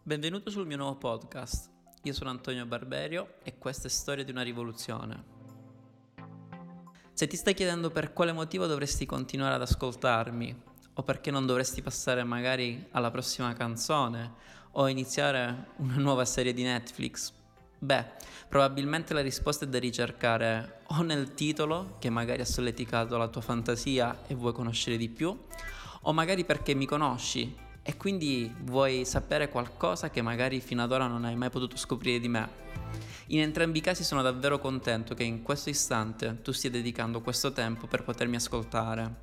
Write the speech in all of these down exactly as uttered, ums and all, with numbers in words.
Benvenuto sul mio nuovo podcast. Io sono Antonio Barberio e questa è Storia di una rivoluzione. Se ti stai chiedendo per quale motivo dovresti continuare ad ascoltarmi o perché non dovresti passare magari alla prossima canzone o iniziare una nuova serie di Netflix, beh, probabilmente la risposta è da ricercare o nel titolo, che magari ha solleticato la tua fantasia e vuoi conoscere di più, o magari perché mi conosci e quindi vuoi sapere qualcosa che magari fino ad ora non hai mai potuto scoprire di me. In entrambi i casi sono davvero contento che in questo istante tu stia dedicando questo tempo per potermi ascoltare.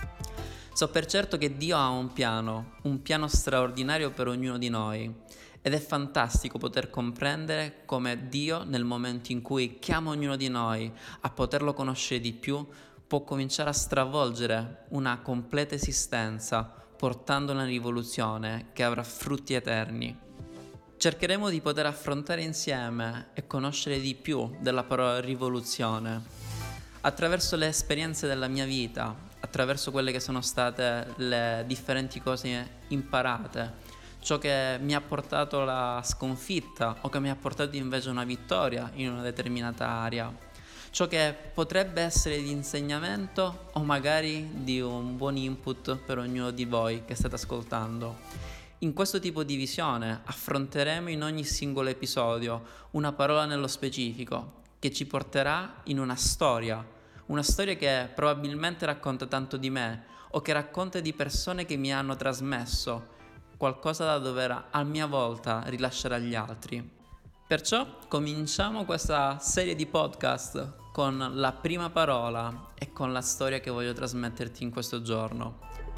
So per certo che Dio ha un piano, un piano straordinario per ognuno di noi, ed è fantastico poter comprendere come Dio, nel momento in cui chiama ognuno di noi a poterlo conoscere di più, può cominciare a stravolgere una completa esistenza, portando una rivoluzione che avrà frutti eterni. Cercheremo di poter affrontare insieme e conoscere di più della parola rivoluzione, attraverso le esperienze della mia vita, attraverso quelle che sono state le differenti cose imparate, ciò che mi ha portato la sconfitta o che mi ha portato invece una vittoria in una determinata area, ciò che potrebbe essere di insegnamento o magari di un buon input per ognuno di voi che state ascoltando. In questo tipo di visione affronteremo in ogni singolo episodio una parola nello specifico che ci porterà in una storia, una storia che probabilmente racconta tanto di me o che racconta di persone che mi hanno trasmesso qualcosa da dover a mia volta rilasciare agli altri. Perciò cominciamo questa serie di podcast con la prima parola e con la storia che voglio trasmetterti in questo giorno.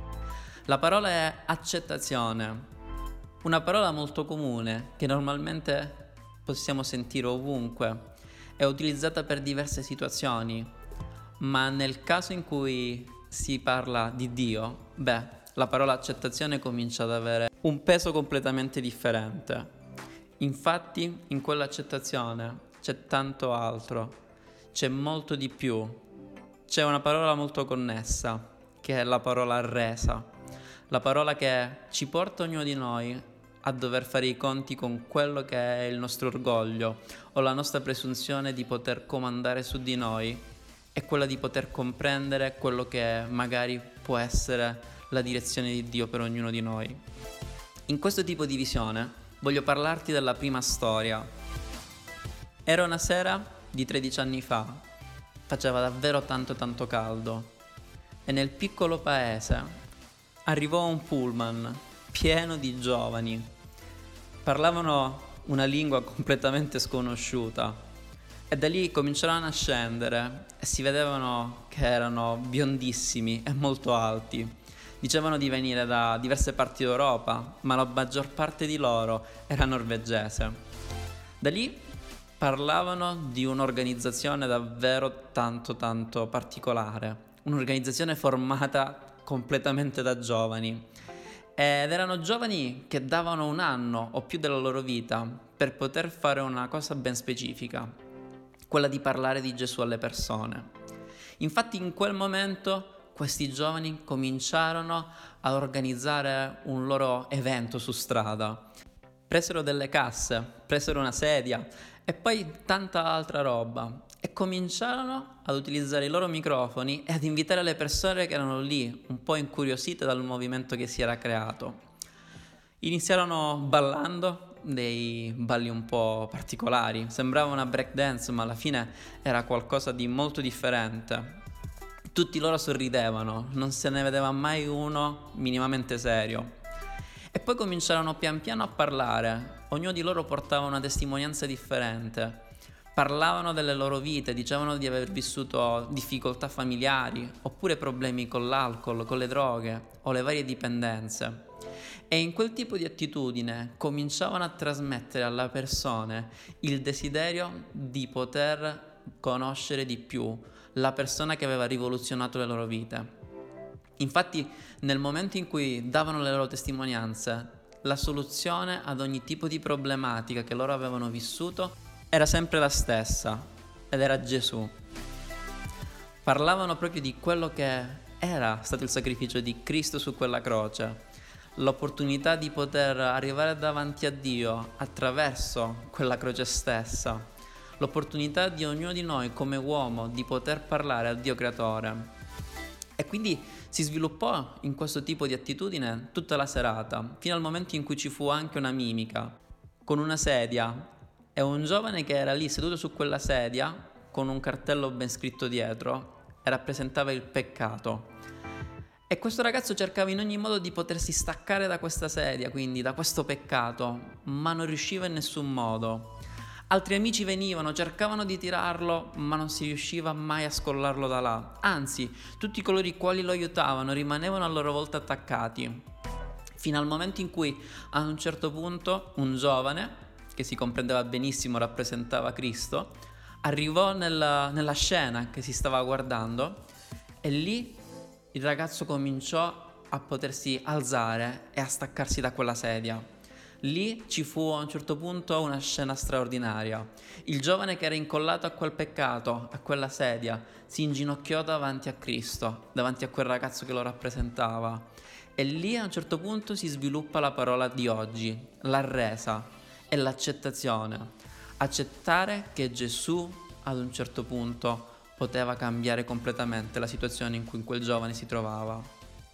La parola è accettazione, una parola molto comune che normalmente possiamo sentire ovunque, è utilizzata per diverse situazioni, ma nel caso in cui si parla di Dio, beh, la parola accettazione comincia ad avere un peso completamente differente. Infatti, in quell'accettazione c'è tanto altro, c'è molto di più. C'è una parola molto connessa, che è la parola resa, la parola che ci porta ognuno di noi a dover fare i conti con quello che è il nostro orgoglio o la nostra presunzione di poter comandare su di noi e quella di poter comprendere quello che magari può essere la direzione di Dio per ognuno di noi. In questo tipo di visione voglio parlarti della prima storia. Era una sera di tredici anni fa, faceva davvero tanto tanto caldo e nel piccolo paese arrivò un pullman pieno di giovani. Parlavano una lingua completamente sconosciuta e da lì cominciarono a scendere e si vedevano che erano biondissimi e molto alti. Dicevano di venire da diverse parti d'Europa, ma la maggior parte di loro era norvegese. Da lì parlavano di un'organizzazione davvero tanto tanto particolare, un'organizzazione formata completamente da giovani. Ed erano giovani che davano un anno o più della loro vita per poter fare una cosa ben specifica, quella di parlare di Gesù alle persone. Infatti in quel momento questi giovani cominciarono ad organizzare un loro evento su strada. Presero delle casse, presero una sedia e poi tanta altra roba e cominciarono ad utilizzare i loro microfoni e ad invitare le persone che erano lì, un po' incuriosite dal movimento che si era creato. Iniziarono ballando dei balli un po' particolari, sembrava una breakdance, ma alla fine era qualcosa di molto differente. Tutti loro sorridevano, non se ne vedeva mai uno minimamente serio. E poi cominciarono pian piano a parlare, ognuno di loro portava una testimonianza differente. Parlavano delle loro vite, dicevano di aver vissuto difficoltà familiari, oppure problemi con l'alcol, con le droghe o le varie dipendenze. E in quel tipo di attitudine cominciavano a trasmettere alle persone il desiderio di poter conoscere di più la persona che aveva rivoluzionato le loro vite. Infatti, nel momento in cui davano le loro testimonianze, la soluzione ad ogni tipo di problematica che loro avevano vissuto era sempre la stessa, ed era Gesù. Parlavano proprio di quello che era stato il sacrificio di Cristo su quella croce, l'opportunità di poter arrivare davanti a Dio attraverso quella croce stessa, l'opportunità di ognuno di noi come uomo di poter parlare al Dio creatore. E quindi si sviluppò in questo tipo di attitudine tutta la serata, fino al momento in cui ci fu anche una mimica, con una sedia e un giovane che era lì seduto su quella sedia con un cartello ben scritto dietro e rappresentava il peccato. E questo ragazzo cercava in ogni modo di potersi staccare da questa sedia, quindi da questo peccato, ma non riusciva in nessun modo. Altri amici venivano, cercavano di tirarlo, ma non si riusciva mai a scollarlo da là. Anzi, tutti coloro i quali lo aiutavano rimanevano a loro volta attaccati. Fino al momento in cui, a un certo punto, un giovane, che si comprendeva benissimo rappresentava Cristo, arrivò nella, nella scena che si stava guardando e lì il ragazzo cominciò a potersi alzare e a staccarsi da quella sedia. Lì ci fu a un certo punto una scena straordinaria. Il giovane che era incollato a quel peccato, a quella sedia, si inginocchiò davanti a Cristo, davanti a quel ragazzo che lo rappresentava. E lì a un certo punto si sviluppa la parola di oggi, la resa e l'accettazione. Accettare che Gesù ad un certo punto poteva cambiare completamente la situazione in cui quel giovane si trovava.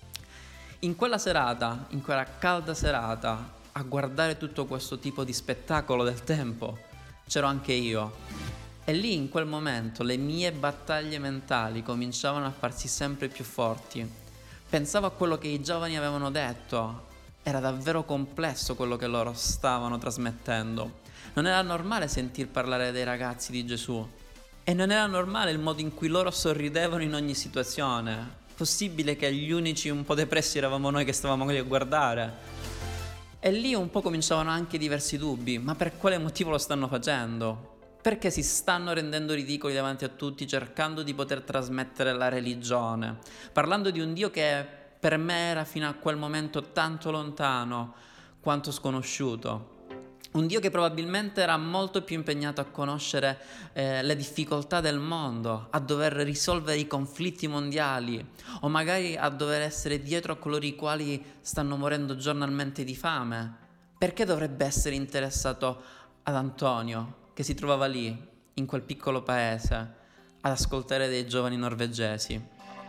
In quella serata, in quella calda serata, a guardare tutto questo tipo di spettacolo del tempo, c'ero anche io. E lì in quel momento le mie battaglie mentali cominciavano a farsi sempre più forti. Pensavo a quello che i giovani avevano detto. Era davvero complesso quello che loro stavano trasmettendo. Non era normale sentir parlare dei ragazzi di Gesù. E non era normale il modo in cui loro sorridevano in ogni situazione. Possibile che gli unici un po' depressi eravamo noi che stavamo lì a guardare? E lì un po' cominciavano anche diversi dubbi, ma per quale motivo lo stanno facendo? Perché si stanno rendendo ridicoli davanti a tutti cercando di poter trasmettere la religione, parlando di un Dio che per me era fino a quel momento tanto lontano quanto sconosciuto. Un Dio che probabilmente era molto più impegnato a conoscere eh, le difficoltà del mondo, a dover risolvere i conflitti mondiali o magari a dover essere dietro a coloro i quali stanno morendo giornalmente di fame. Perché dovrebbe essere interessato ad Antonio, che si trovava lì, in quel piccolo paese, ad ascoltare dei giovani norvegesi?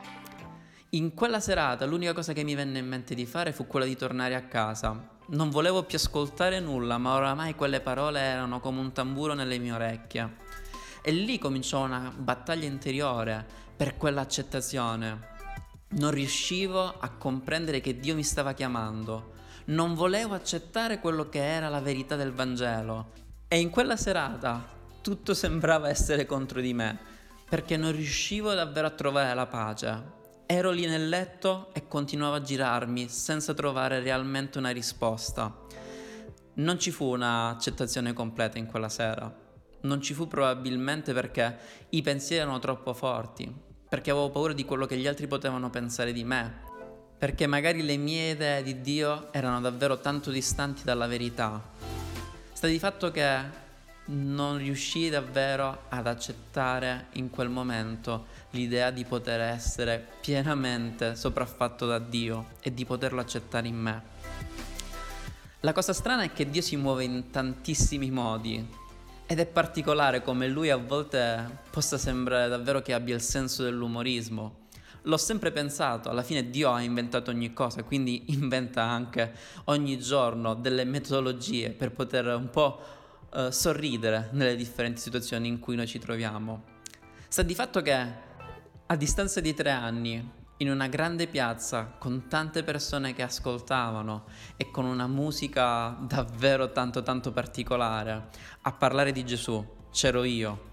In quella serata l'unica cosa che mi venne in mente di fare fu quella di tornare a casa. Non volevo più ascoltare nulla, ma oramai quelle parole erano come un tamburo nelle mie orecchie. E lì cominciò una battaglia interiore per quell'accettazione. Non riuscivo a comprendere che Dio mi stava chiamando. Non volevo accettare quello che era la verità del Vangelo. E in quella serata tutto sembrava essere contro di me, perché non riuscivo davvero a trovare la pace. Ero lì nel letto e continuavo a girarmi senza trovare realmente una risposta. Non ci fu un'accettazione completa in quella sera. Non ci fu probabilmente perché i pensieri erano troppo forti, perché avevo paura di quello che gli altri potevano pensare di me, perché magari le mie idee di Dio erano davvero tanto distanti dalla verità. Sta di fatto che non riuscii davvero ad accettare in quel momento l'idea di poter essere pienamente sopraffatto da Dio e di poterlo accettare in me. La cosa strana è che Dio si muove in tantissimi modi ed è particolare come Lui a volte possa sembrare davvero che abbia il senso dell'umorismo. L'ho sempre pensato, alla fine Dio ha inventato ogni cosa, quindi inventa anche ogni giorno delle metodologie per poter un po' Uh, sorridere nelle differenti situazioni in cui noi ci troviamo. Sta di fatto che a distanza di tre anni, in una grande piazza con tante persone che ascoltavano e con una musica davvero tanto tanto particolare, a parlare di Gesù c'ero io.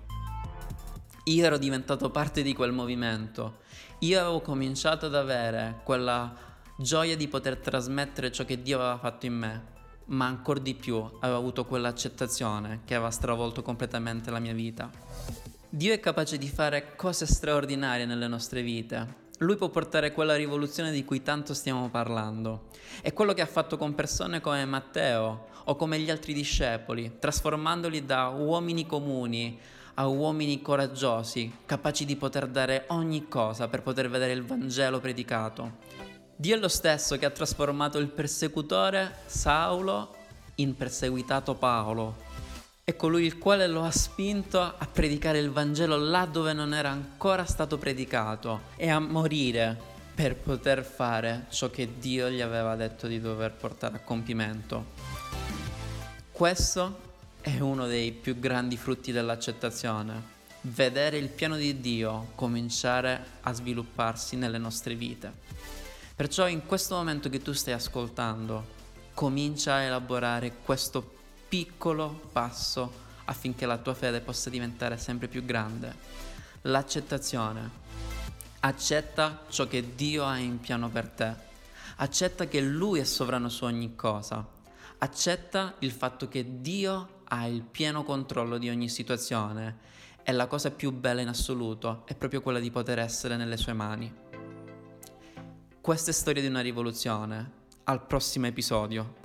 Io ero diventato parte di quel movimento. Io avevo cominciato ad avere quella gioia di poter trasmettere ciò che Dio aveva fatto in me, ma ancora di più avevo avuto quell'accettazione che aveva stravolto completamente la mia vita. Dio è capace di fare cose straordinarie nelle nostre vite. Lui può portare quella rivoluzione di cui tanto stiamo parlando. È quello che ha fatto con persone come Matteo o come gli altri discepoli, trasformandoli da uomini comuni a uomini coraggiosi, capaci di poter dare ogni cosa per poter vedere il Vangelo predicato. Dio è lo stesso che ha trasformato il persecutore Saulo in perseguitato Paolo. È colui il quale lo ha spinto a predicare il Vangelo là dove non era ancora stato predicato e a morire per poter fare ciò che Dio gli aveva detto di dover portare a compimento. Questo è uno dei più grandi frutti dell'accettazione. Vedere il piano di Dio cominciare a svilupparsi nelle nostre vite. Perciò in questo momento che tu stai ascoltando, comincia a elaborare questo piccolo passo affinché la tua fede possa diventare sempre più grande. L'accettazione. Accetta ciò che Dio ha in piano per te. Accetta che Lui è sovrano su ogni cosa. Accetta il fatto che Dio ha il pieno controllo di ogni situazione e la cosa più bella in assoluto è proprio quella di poter essere nelle sue mani. Questa è Storia di una rivoluzione. Al prossimo episodio.